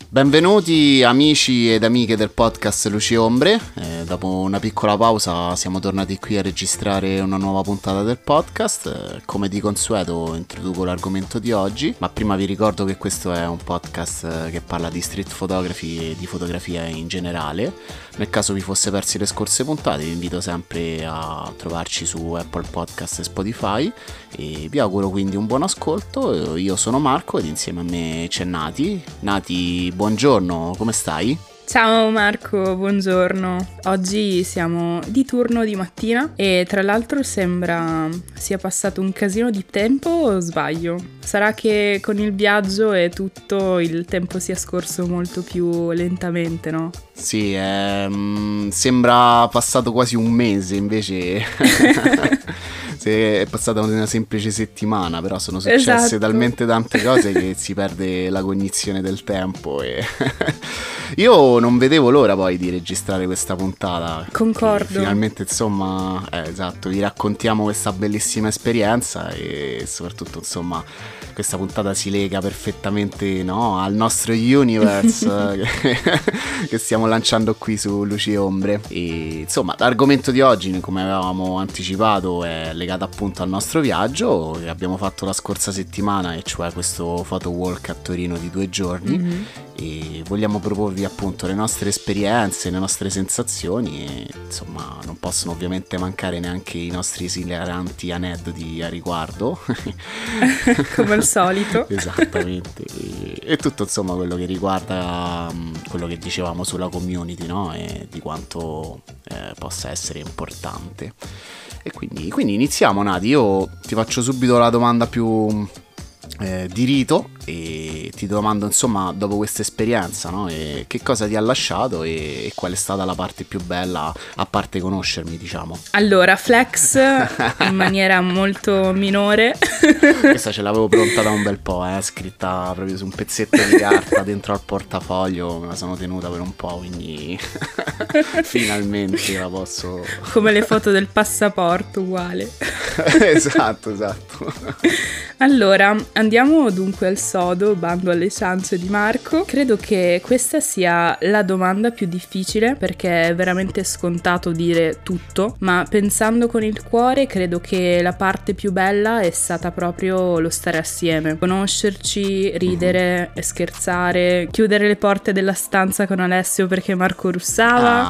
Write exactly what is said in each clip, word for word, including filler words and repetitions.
Benvenuti amici ed amiche del podcast Luci e Ombre. Eh, dopo una piccola pausa siamo tornati qui a registrare una nuova puntata del podcast. Eh, come di consueto introduco l'argomento di oggi, ma prima vi ricordo che questo è un podcast eh, che parla di street photography e di fotografia in generale. Nel caso vi fosse persi le scorse puntate, vi invito sempre a trovarci su Apple Podcast e Spotify e vi auguro quindi un buon ascolto. Io sono Marco ed insieme a me c'è Nati. Nati, buongiorno, come stai? Ciao Marco, buongiorno. Oggi siamo di turno di mattina e tra l'altro sembra sia passato un casino di tempo o sbaglio? Sarà che con il viaggio e tutto il tempo sia scorso molto più lentamente, no? Sì, ehm, sembra passato quasi un mese, invece è passata una semplice settimana, però sono successe esatto. talmente tante cose che si perde la cognizione del tempo e io non vedevo l'ora poi di registrare questa puntata. Concordo. Finalmente, insomma, eh, esatto, vi raccontiamo questa bellissima esperienza e soprattutto, insomma, questa puntata si lega perfettamente, no, al nostro universe che, che stiamo lanciando qui su Luci e Ombre. E insomma, l'argomento di oggi, come avevamo anticipato, è legato appunto al nostro viaggio che abbiamo fatto la scorsa settimana, e cioè questo photo walk a Torino di due giorni. Mm-hmm. E vogliamo proporvi appunto le nostre esperienze, le nostre sensazioni e insomma non possono ovviamente mancare neanche i nostri esilaranti aneddoti a riguardo come al solito. Esattamente. e, e tutto insomma quello che riguarda um, quello che dicevamo sulla community, no? E di quanto eh, possa essere importante. E quindi, quindi iniziamo, Nati. Io ti faccio subito la domanda più eh, di rito e ti domando, insomma, dopo questa esperienza, no? E che cosa ti ha lasciato e, e qual è stata la parte più bella, a parte conoscermi, diciamo? Allora, flex in maniera molto minore. Questa ce l'avevo pronta da un bel po', eh, scritta proprio su un pezzetto di carta dentro al portafoglio, me la sono tenuta per un po', quindi finalmente la posso... Come le foto del passaporto, uguale. Esatto, esatto. Allora, andiamo dunque al sodo, bando alle ciance di Marco. Credo che questa sia la domanda più difficile perché è veramente scontato dire tutto, ma pensando con il cuore credo che la parte più bella è stata proprio lo stare assieme, conoscerci, ridere e scherzare, chiudere le porte della stanza con Alessio perché Marco russava. Ah.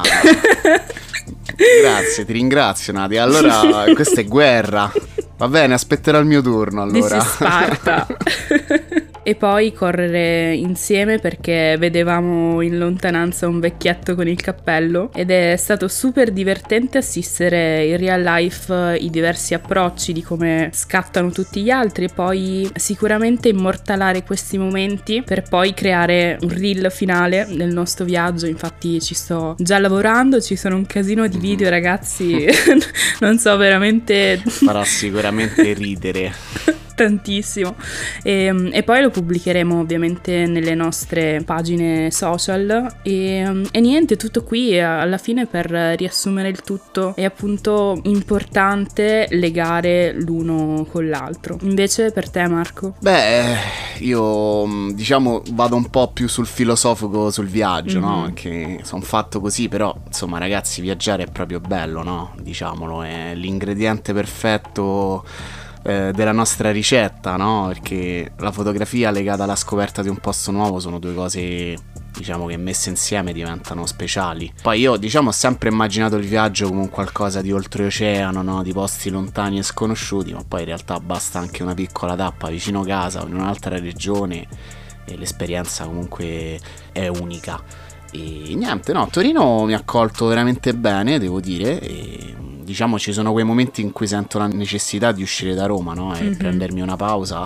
Grazie, ti ringrazio, Nadia. Allora, questa è guerra. Va bene, aspetterò il mio turno allora. This is Sparta. E poi correre insieme perché vedevamo in lontananza un vecchietto con il cappello ed è stato super divertente assistere in real life i diversi approcci di come scattano tutti gli altri e poi sicuramente immortalare questi momenti per poi creare un reel finale del nostro viaggio. Infatti ci sto già lavorando, ci sono un casino di video, ragazzi. Non so, veramente farà sicuramente ridere tantissimo e, e poi lo pubblicheremo ovviamente nelle nostre pagine social e, e niente, tutto qui. Alla fine, per riassumere il tutto, è appunto importante legare l'uno con l'altro. Invece per te, Marco? Beh, io diciamo vado un po' più sul filosofico sul viaggio, mm-hmm. no? Che sono fatto così, però insomma ragazzi, viaggiare è proprio bello, no? Diciamolo, è l'ingrediente perfetto della nostra ricetta, no? Perché la fotografia legata alla scoperta di un posto nuovo sono due cose, diciamo, che messe insieme diventano speciali. Poi io, diciamo, ho sempre immaginato il viaggio come un qualcosa di oltreoceano, no? Di posti lontani e sconosciuti, ma poi in realtà basta anche una piccola tappa vicino casa o in un'altra regione e l'esperienza comunque è unica. E niente, no, Torino mi ha accolto veramente bene, devo dire, e diciamo ci sono quei momenti in cui sento la necessità di uscire da Roma, no? E mm-hmm. prendermi una pausa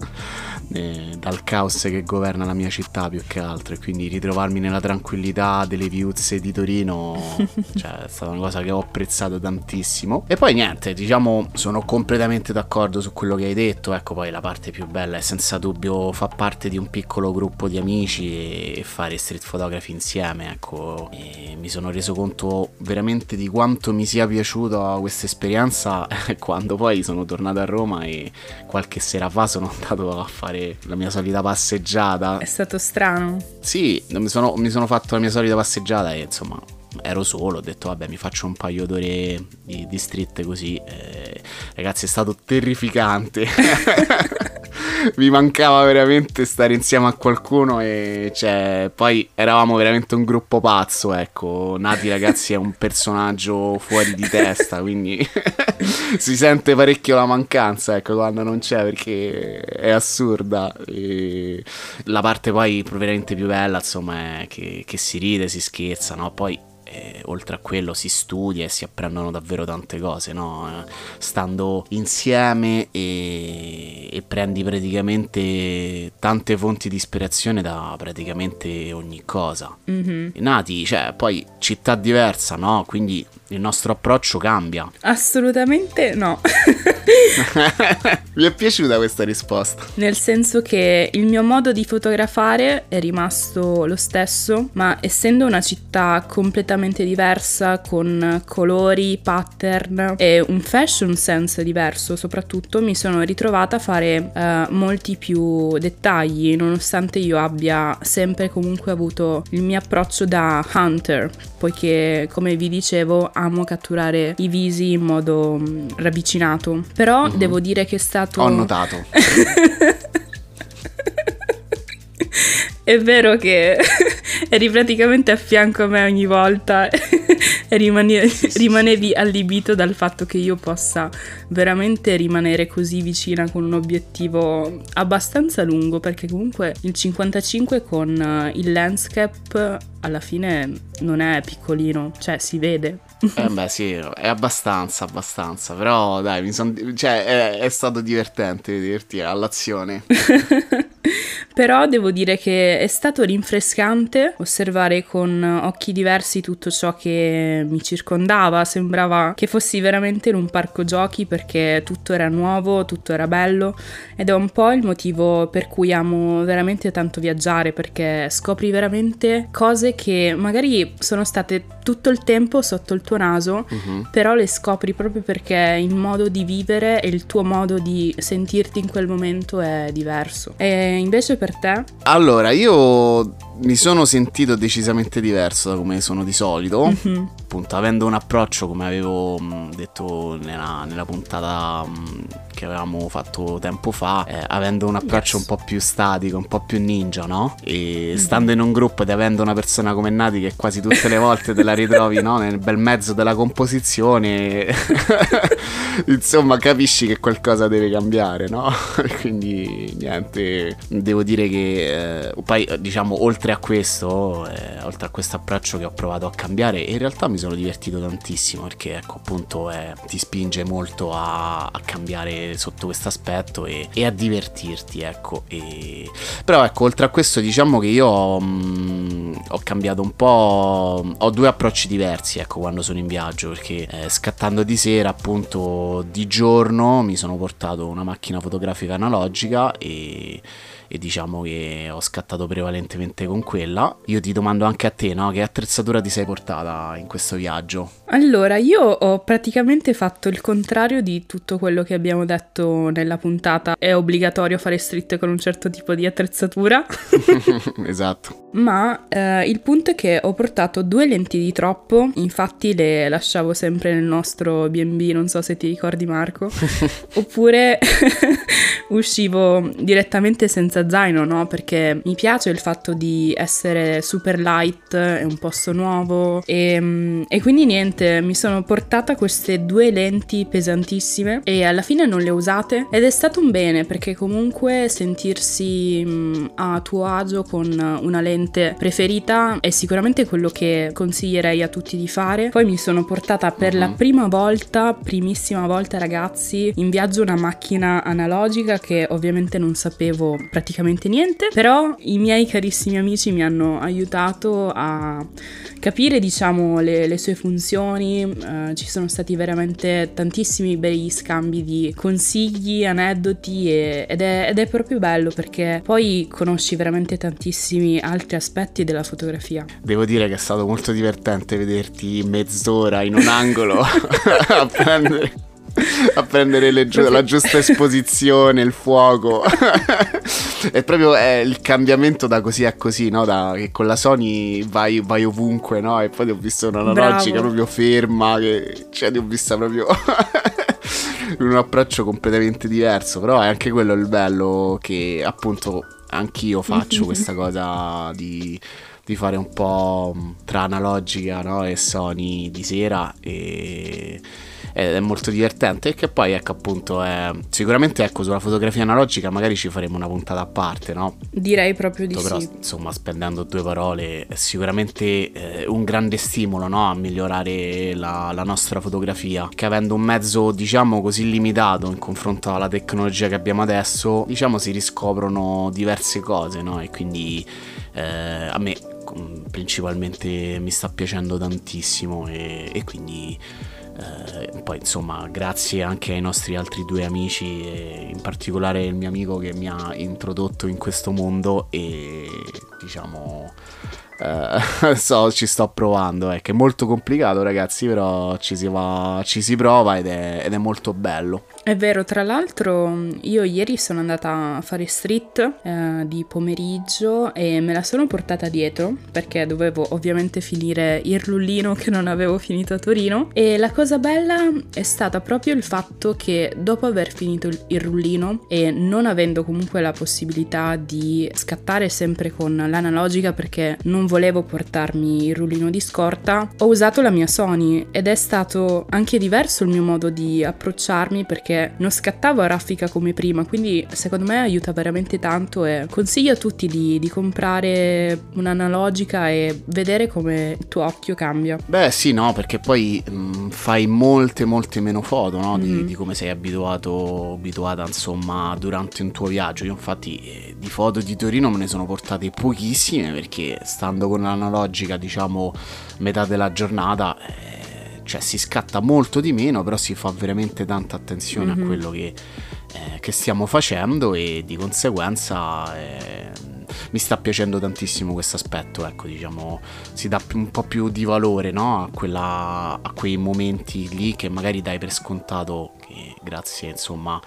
eh, dal caos che governa la mia città più che altro, e quindi ritrovarmi nella tranquillità delle viuzze di Torino, cioè è stata una cosa che ho apprezzato tantissimo. E poi niente, diciamo, sono completamente d'accordo su quello che hai detto. Ecco, poi la parte più bella è senza dubbio far parte di un piccolo gruppo di amici e fare street photography insieme, ecco. E mi sono reso conto veramente di quanto mi sia piaciuta questa esperienza quando poi sono tornato a Roma e qualche sera fa sono andato a fare fare la mia solita passeggiata. È stato strano? Sì, mi sono, mi sono fatto la mia solita passeggiata e insomma ero solo, ho detto vabbè mi faccio un paio d'ore di, di street così. Eh, ragazzi, è stato terrificante. Mi mancava veramente stare insieme a qualcuno e cioè poi eravamo veramente un gruppo pazzo, ecco. Nati, ragazzi, è un personaggio fuori di testa, quindi si sente parecchio la mancanza, ecco, quando non c'è, perché è assurda. E la parte poi veramente più bella, insomma, è che, che si ride, si scherza, no? Poi E oltre a quello si studia e si apprendono davvero tante cose, no? Stando insieme e, e prendi praticamente tante fonti di ispirazione da praticamente ogni cosa. Mm-hmm. Nati, cioè, poi città diversa, no? Quindi il nostro approccio cambia. Assolutamente no. Mi è piaciuta questa risposta. Nel senso che il mio modo di fotografare è rimasto lo stesso, ma essendo una città completamente diversa, con colori, pattern e un fashion sense diverso soprattutto, mi sono ritrovata a fare uh, molti più dettagli, nonostante io abbia sempre comunque avuto il mio approccio da hunter, poiché come vi dicevo amo catturare i visi in modo mh, ravvicinato. Però mm-hmm. devo dire che è stato... Ho notato. È vero che eri praticamente a fianco a me ogni volta e rimane- rimanevi allibito dal fatto che io possa veramente rimanere così vicina con un obiettivo abbastanza lungo, perché comunque il cinquantacinque con il landscape alla fine non è piccolino, cioè si vede. Eh beh sì, è abbastanza, abbastanza, però dai, mi son, cioè è, è stato divertente vederti all'azione. Però devo dire che è stato rinfrescante osservare con occhi diversi tutto ciò che mi circondava. Sembrava che fossi veramente in un parco giochi, perché tutto era nuovo, tutto era bello, ed è un po' il motivo per cui amo veramente tanto viaggiare, perché scopri veramente cose che magari sono state tutto il tempo sotto il tuo naso, uh-huh. però le scopri proprio perché il modo di vivere e il tuo modo di sentirti in quel momento è diverso. E invece per te? Allora, io mi sono sentito decisamente diverso da come sono di solito, mm-hmm. appunto avendo un approccio, come avevo mh, detto nella, nella puntata mh, che avevamo fatto tempo fa, eh, avendo un approccio yes. un po' più statico, un po' più ninja, no? E mm-hmm. stando in un gruppo ed avendo una persona come Nati che quasi tutte le volte te la ritrovi, no? Nel bel mezzo della composizione, insomma capisci che qualcosa deve cambiare, no? Quindi niente, devo dire che eh, poi diciamo oltre a questo, eh, oltre a questo approccio che ho provato a cambiare, in realtà mi sono divertito tantissimo, perché ecco appunto eh, ti spinge molto a, a cambiare sotto questo aspetto e, e a divertirti, ecco. E... però ecco, oltre a questo diciamo che io ho, mh, ho cambiato un po', ho due approcci diversi, ecco, quando sono in viaggio, perché eh, scattando di sera, appunto di giorno mi sono portato una macchina fotografica analogica e e diciamo che ho scattato prevalentemente con quella. Io ti domando anche a te, no? Che attrezzatura ti sei portata in questo viaggio? Allora, io ho praticamente fatto il contrario di tutto quello che abbiamo detto nella puntata. È obbligatorio fare street con un certo tipo di attrezzatura. Esatto. Ma eh, il punto è che ho portato due lenti di troppo, infatti le lasciavo sempre nel nostro B and B, non so se ti ricordi Marco, oppure uscivo direttamente senza zaino, no? Perché mi piace il fatto di essere super light, è un posto nuovo e, e quindi niente, mi sono portata queste due lenti pesantissime e alla fine non le ho usate ed è stato un bene, perché comunque sentirsi mh, a tuo agio con una lente preferita è sicuramente quello che consiglierei a tutti di fare. Poi mi sono portata per uh-huh. la prima volta, primissima volta ragazzi, in viaggio una macchina analogica che ovviamente non sapevo praticamente niente, però i miei carissimi amici mi hanno aiutato a capire diciamo le, le sue funzioni, uh, ci sono stati veramente tantissimi bei scambi di consigli, aneddoti e, ed, è, ed è proprio bello, perché poi conosci veramente tantissimi altri aspetti della fotografia. Devo dire che è stato molto divertente vederti mezz'ora in un angolo a prendere a prendere le gi- la giusta esposizione, il fuoco. È proprio è il cambiamento da così a così, no? Da, che con la Sony vai, vai ovunque, no? E poi ti ho visto un'analogica proprio ferma, che cioè ti ho vista proprio in un approccio completamente diverso. Però è anche quello il bello, che appunto anch'io faccio questa cosa di... di fare un po' tra analogica, no? E Sony di sera, e ed è molto divertente. E che poi ecco appunto è... sicuramente ecco sulla fotografia analogica magari ci faremo una puntata a parte, no? Direi proprio di però, sì. Insomma, spendendo due parole, è sicuramente eh, un grande stimolo, no? A migliorare la, la nostra fotografia, che avendo un mezzo diciamo così limitato in confronto alla tecnologia che abbiamo adesso, diciamo si riscoprono diverse cose, no? E quindi eh, a me principalmente mi sta piacendo tantissimo, e, e quindi eh, poi insomma grazie anche ai nostri altri due amici, e in particolare il mio amico che mi ha introdotto in questo mondo, e diciamo eh, so, ci sto provando, è che è molto complicato ragazzi, però ci si va, ci si prova, ed è, ed è molto bello. È vero, tra l'altro io ieri sono andata a fare street eh, di pomeriggio e me la sono portata dietro perché dovevo ovviamente finire il rullino che non avevo finito a Torino, e la cosa bella è stata proprio il fatto che dopo aver finito il, il rullino e non avendo comunque la possibilità di scattare sempre con l'analogica perché non volevo portarmi il rullino di scorta, ho usato la mia Sony, ed è stato anche diverso il mio modo di approcciarmi perché non scattavo a raffica come prima, quindi secondo me aiuta veramente tanto, e consiglio a tutti di, di comprare un'analogica e vedere come il tuo occhio cambia. Beh sì, no, perché poi mh, fai molte molte meno foto, no? Di, Mm-hmm. di come sei abituato, abituata insomma durante un tuo viaggio. Io infatti eh, di foto di Torino me ne sono portate pochissime, perché stando con l'analogica diciamo metà della giornata eh, cioè si scatta molto di meno, però si fa veramente tanta attenzione mm-hmm. a quello che, eh, che stiamo facendo, e di conseguenza eh, mi sta piacendo tantissimo questo aspetto, ecco, diciamo si dà un po' più di valore, no? a, quella, a quei momenti lì che magari dai per scontato, che grazie insomma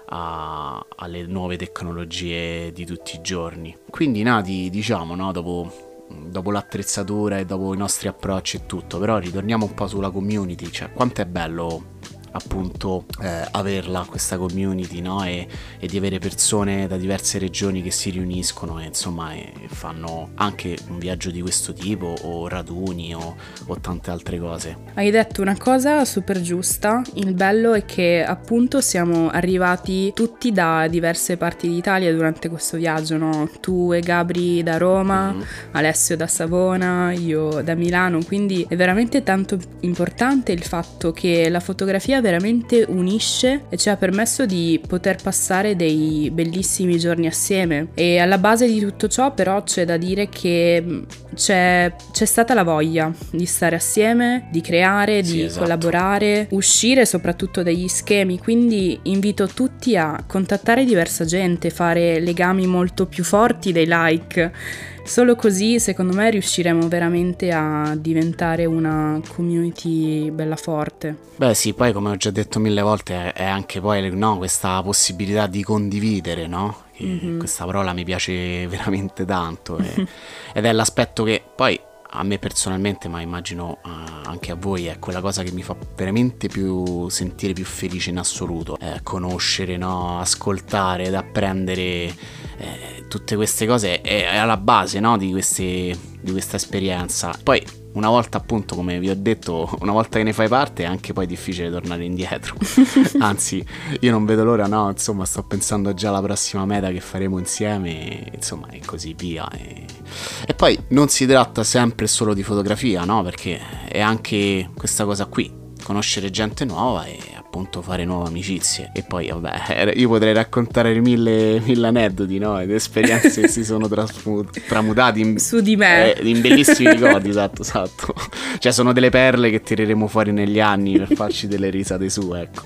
a, alle nuove tecnologie di tutti i giorni. Quindi Nati, diciamo, no, dopo dopo l'attrezzatura e dopo i nostri approcci e tutto, però ritorniamo un po' sulla community, cioè quanto è bello appunto eh, averla questa community, no? E, e di avere persone da diverse regioni che si riuniscono e insomma e fanno anche un viaggio di questo tipo, o raduni o, o tante altre cose. Hai detto una cosa super giusta, il bello è che appunto siamo arrivati tutti da diverse parti d'Italia durante questo viaggio, no? Tu e Gabri da Roma, mm-hmm. Alessio da Savona, io da Milano, quindi è veramente tanto importante il fatto che la fotografia veramente unisce e ci ha permesso di poter passare dei bellissimi giorni assieme. E alla base di tutto ciò però c'è da dire che c'è, c'è stata la voglia di stare assieme, di creare, di sì, esatto. collaborare, uscire soprattutto dagli schemi, quindi invito tutti a contattare diversa gente, fare legami molto più forti dei like. Solo così, secondo me, riusciremo veramente a diventare una community bella forte. Beh sì, poi come ho già detto mille volte è anche poi no, questa possibilità di condividere, no? Che mm-hmm. questa parola mi piace veramente tanto e, ed è l'aspetto che poi a me personalmente, ma immagino uh, anche a voi, è quella cosa che mi fa veramente più sentire più felice in assoluto, eh, conoscere, no? Ascoltare ed apprendere eh, tutte queste cose è, è alla base, no? di, queste, di questa esperienza. Poi una volta appunto, come vi ho detto, una volta che ne fai parte è anche poi difficile tornare indietro. Anzi, io non vedo l'ora, no, insomma sto pensando già alla prossima meta che faremo insieme, e, insomma, e così via. E... e poi non si tratta sempre solo di fotografia, no, perché è anche questa cosa qui, conoscere gente nuova e appunto fare nuove amicizie. E poi vabbè, io potrei raccontare mille, mille aneddoti, no, ed esperienze che si sono trasmut- tramutati in, su di me eh, in bellissimi ricordi. Esatto, esatto. Cioè sono delle perle che tireremo fuori negli anni per farci delle risate su, ecco.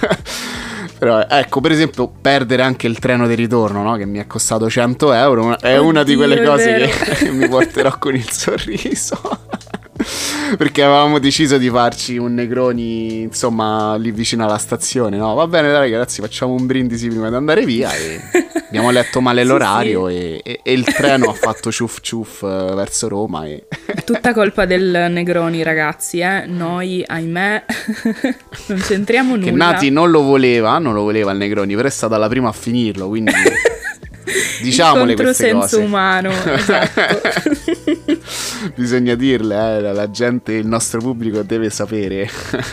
Però ecco, per esempio, perdere anche il treno di ritorno, no? Che mi è costato cento euro, è Oddio, una di quelle cose che, che mi porterò con il sorriso. perché avevamo deciso di farci un Negroni, insomma, lì vicino alla stazione, no? Va bene, dai ragazzi, facciamo un brindisi prima di andare via e abbiamo letto male l'orario sì, sì. E, e, e il treno ha fatto ciuff ciuff uh, verso Roma e... Tutta colpa del Negroni, ragazzi, eh? Noi, ahimè, non c'entriamo nulla. Che Nati non lo voleva, non lo voleva il Negroni, però è stata la prima a finirlo, quindi... Diciamole queste cose. Il controsenso umano, esatto. Bisogna dirle, eh, la gente, il nostro pubblico deve sapere.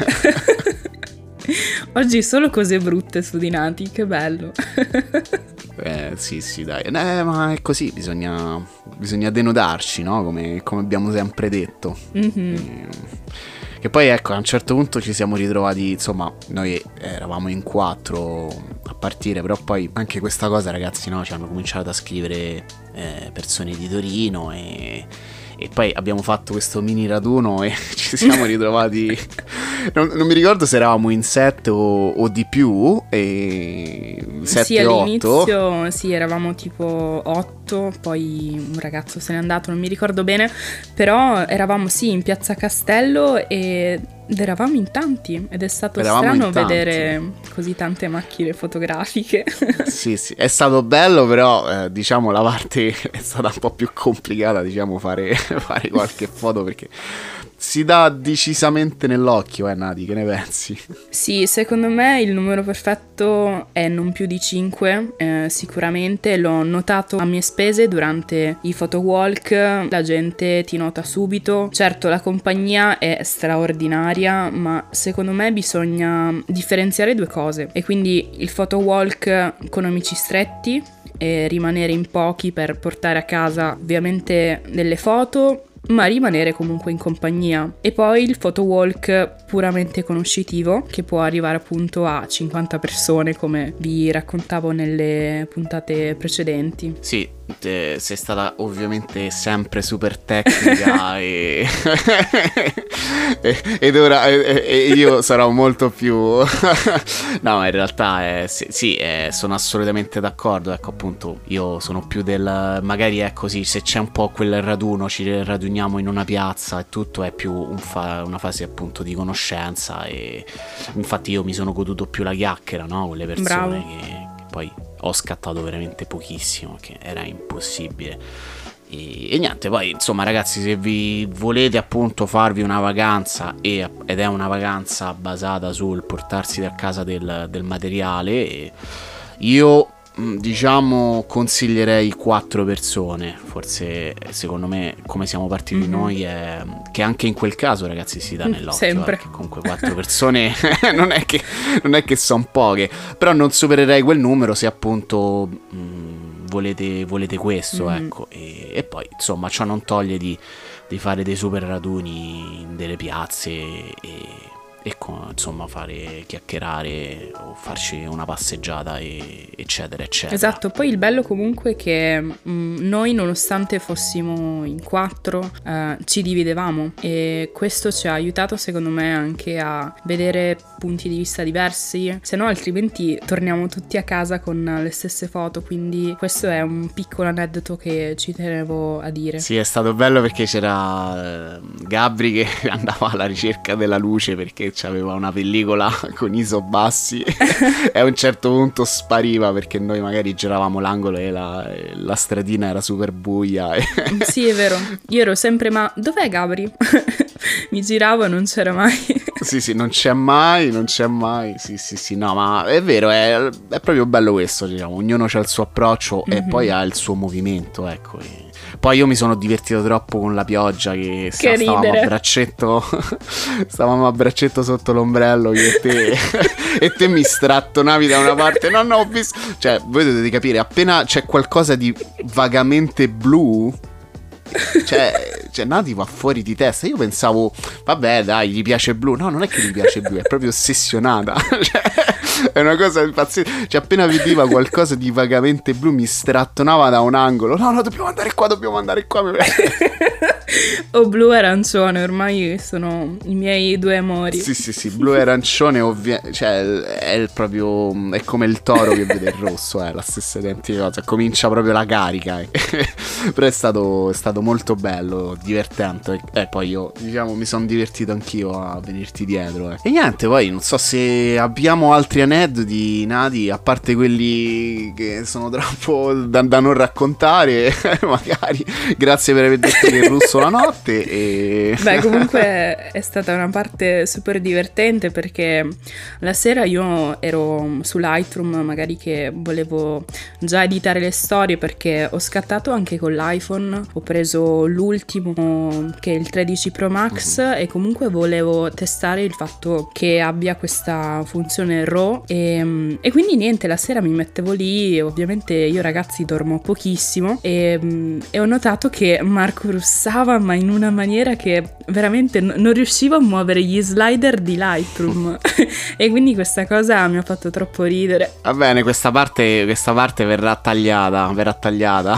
Oggi solo cose brutte su di Nati, che bello. Eh sì sì dai, eh, ma è così, bisogna, bisogna denodarci, no? Come, come abbiamo sempre detto. Mm-hmm. E, che poi ecco, a un certo punto ci siamo ritrovati, insomma, noi eravamo in quattro a partire, però poi anche questa cosa, ragazzi, no? Ci hanno cominciato a scrivere eh, persone di Torino e... E poi abbiamo fatto questo mini raduno e ci siamo ritrovati, non, non mi ricordo se eravamo in sette o, o di più, e sette, sì, all'inizio otto. Sì, eravamo tipo otto, poi un ragazzo se n'è andato, non mi ricordo bene, però eravamo sì in Piazza Castello e... ed eravamo in tanti ed è stato eravamo strano vedere così tante macchine fotografiche. Sì, sì, è stato bello, però eh, diciamo la parte è stata un po' più complicata, diciamo, fare, fare qualche foto perché si dà decisamente nell'occhio, eh Nati, che ne pensi? Sì, secondo me il numero perfetto è non più di cinque, eh, sicuramente l'ho notato a mie spese durante i photowalk, la gente ti nota subito, certo la compagnia è straordinaria, ma secondo me bisogna differenziare due cose e quindi il photowalk con amici stretti e rimanere in pochi per portare a casa ovviamente delle foto, ma rimanere comunque in compagnia, e poi il photowalk puramente conoscitivo che può arrivare appunto a cinquanta persone come vi raccontavo nelle puntate precedenti. Sì, te, sei stata ovviamente sempre super tecnica e... ed ora e, e io sarò molto più no, in realtà è, sì, sì è, sono assolutamente d'accordo, ecco, appunto io sono più del magari è così, se c'è un po' quel raduno, ci raduniamo in una piazza e tutto, è più un fa- una fase appunto di conoscenza, e infatti io mi sono goduto più la chiacchiera, no, con le persone che, che poi ho scattato veramente pochissimo, che era impossibile. E, e niente, poi insomma ragazzi, se vi volete appunto farvi una vacanza e, ed è una vacanza basata sul portarsi da casa del, del materiale, io diciamo consiglierei quattro persone, forse secondo me come siamo partiti mm-hmm. noi è, che anche in quel caso ragazzi si dà nell'occhio, sempre, perché comunque quattro persone non è che, non è che sono poche, però non supererei quel numero se appunto mh, volete, volete questo, mm-hmm. ecco, e, e poi insomma ciò non toglie di, di fare dei super raduni in delle piazze e, e con, insomma fare chiacchierare o farci una passeggiata e, eccetera eccetera. Esatto, poi il bello comunque è che mh, noi nonostante fossimo in quattro eh, ci dividevamo, e questo ci ha aiutato secondo me anche a vedere punti di vista diversi, se no altrimenti torniamo tutti a casa con le stesse foto, quindi questo è un piccolo aneddoto che ci tenevo a dire. Sì, è stato bello perché c'era Gabri che andava alla ricerca della luce perché c'aveva una pellicola con iso bassi e a un certo punto spariva perché noi magari giravamo l'angolo e la, la stradina era super buia e... Sì, è vero, io ero sempre ma dov'è Gabri? Mi giravo e non c'era mai. Sì sì, non c'è mai, non c'è mai, sì sì sì, no, ma è vero, è, è proprio bello questo, diciamo, ognuno ha il suo approccio mm-hmm. e poi ha il suo movimento, ecco. E poi io mi sono divertito troppo con la pioggia che, che stavamo a braccetto stavamo a braccetto sotto l'ombrello io e te e te mi strattonavi da una parte, no no ho visto, cioè voi dovete capire, appena c'è qualcosa di vagamente blu, cioè, cioè Nati va fuori di testa. Io pensavo, vabbè dai, gli piace blu. No, non è che gli piace blu, è proprio ossessionata. Cioè, è una cosa pazzesca. Cioè, appena vedeva qualcosa di vagamente blu mi strattonava da un angolo. No, no, dobbiamo andare qua, dobbiamo andare qua. O blu e arancione, ormai sono i miei due amori. Sì, sì, sì, blu e arancione, ovvia- cioè è il proprio, è come il toro che vede il rosso, è la stessa identica cosa. Comincia proprio la carica. Però è stato, è stato molto bello, divertente. E eh, poi io, diciamo, mi sono divertito anch'io a venirti dietro. Eh. E niente, poi non so se abbiamo altri aneddoti, Nati, a parte quelli che sono troppo da, da non raccontare. Magari. Grazie per aver detto che russo la notte. E... Beh, comunque è stata una parte super divertente perché la sera io ero su Lightroom, magari che volevo già editare le storie perché ho scattato anche con l'iPhone, ho preso l'ultimo che è il tredici Pro Max mm-hmm. e comunque volevo testare il fatto che abbia questa funzione RAW e, e quindi niente, la sera mi mettevo lì, ovviamente io ragazzi dormo pochissimo e, e ho notato che Marco russava ma in una maniera che veramente n- non riuscivo a muovere gli slider di Lightroom e quindi questa cosa mi ha fatto troppo ridere. Va bene, questa parte, questa parte verrà tagliata, verrà tagliata.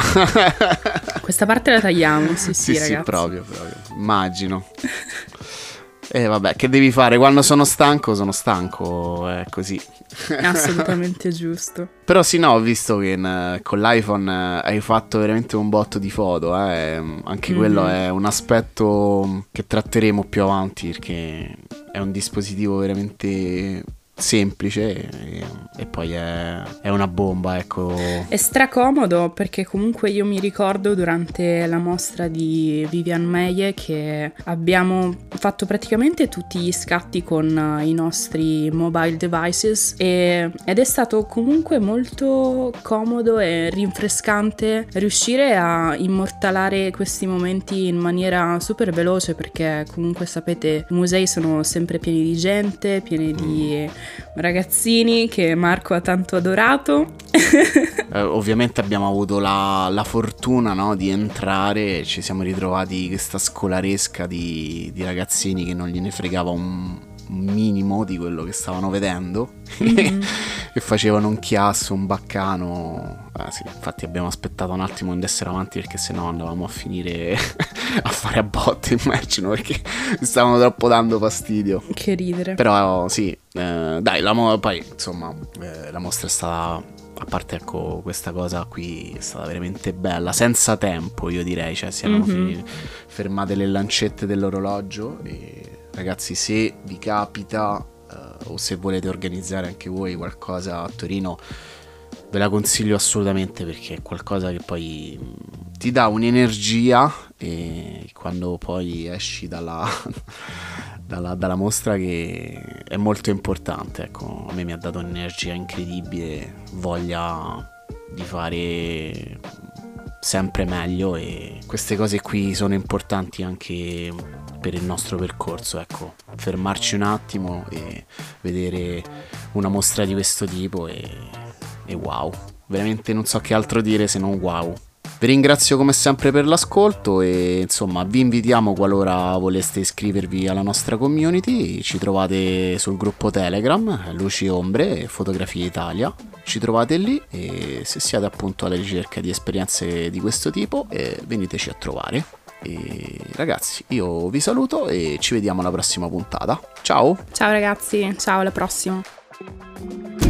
Questa parte la tagliamo, sì sì, sì ragazzi. Sì, proprio, proprio, immagino. E eh, vabbè, che devi fare? Quando sono stanco, sono stanco, è così. Assolutamente giusto. Però sì, no, ho visto che in, con l'iPhone hai fatto veramente un botto di foto, eh. Anche mm-hmm. quello è un aspetto che tratteremo più avanti perché è un dispositivo veramente semplice e, e poi è, è una bomba, ecco. È stracomodo perché comunque io mi ricordo durante la mostra di Vivian Meie che abbiamo fatto praticamente tutti gli scatti con i nostri mobile devices e, ed è stato comunque molto comodo e rinfrescante riuscire a immortalare questi momenti in maniera super veloce perché comunque sapete i musei sono sempre pieni di gente, pieni di ragazzini che Marco ha tanto adorato. eh, ovviamente abbiamo avuto la, la fortuna, no, di entrare e ci siamo ritrovati questa scolaresca di, di ragazzini che non gliene fregava un, un minimo di quello che stavano vedendo mm-hmm. e facevano un chiasso, un baccano. Ah, sì, infatti abbiamo aspettato un attimo di essere avanti perché sennò andavamo a finire a fare a botte, immagino, perché stavano troppo dando fastidio. Che ridere. Però sì, eh, dai, la mo- poi insomma eh, la mostra è stata, a parte ecco questa cosa qui, è stata veramente bella, senza tempo io direi, cioè si erano mm-hmm. finiti, fermate le lancette dell'orologio e ragazzi, se vi capita eh, o se volete organizzare anche voi qualcosa a Torino, ve la consiglio assolutamente perché è qualcosa che poi ti dà un'energia e quando poi esci dalla, dalla, dalla mostra che è molto importante, ecco, a me mi ha dato un'energia incredibile, voglia di fare sempre meglio e queste cose qui sono importanti anche per il nostro percorso, ecco, fermarci un attimo e vedere una mostra di questo tipo e E wow, veramente non so che altro dire se non wow. Vi ringrazio come sempre per l'ascolto e insomma vi invitiamo, qualora voleste iscrivervi alla nostra community, ci trovate sul gruppo Telegram Luci Ombre Fotografia Italia, ci trovate lì e se siete appunto alla ricerca di esperienze di questo tipo eh, veniteci a trovare. E ragazzi, io vi saluto e ci vediamo alla prossima puntata. Ciao! Ciao ragazzi, ciao, alla prossima!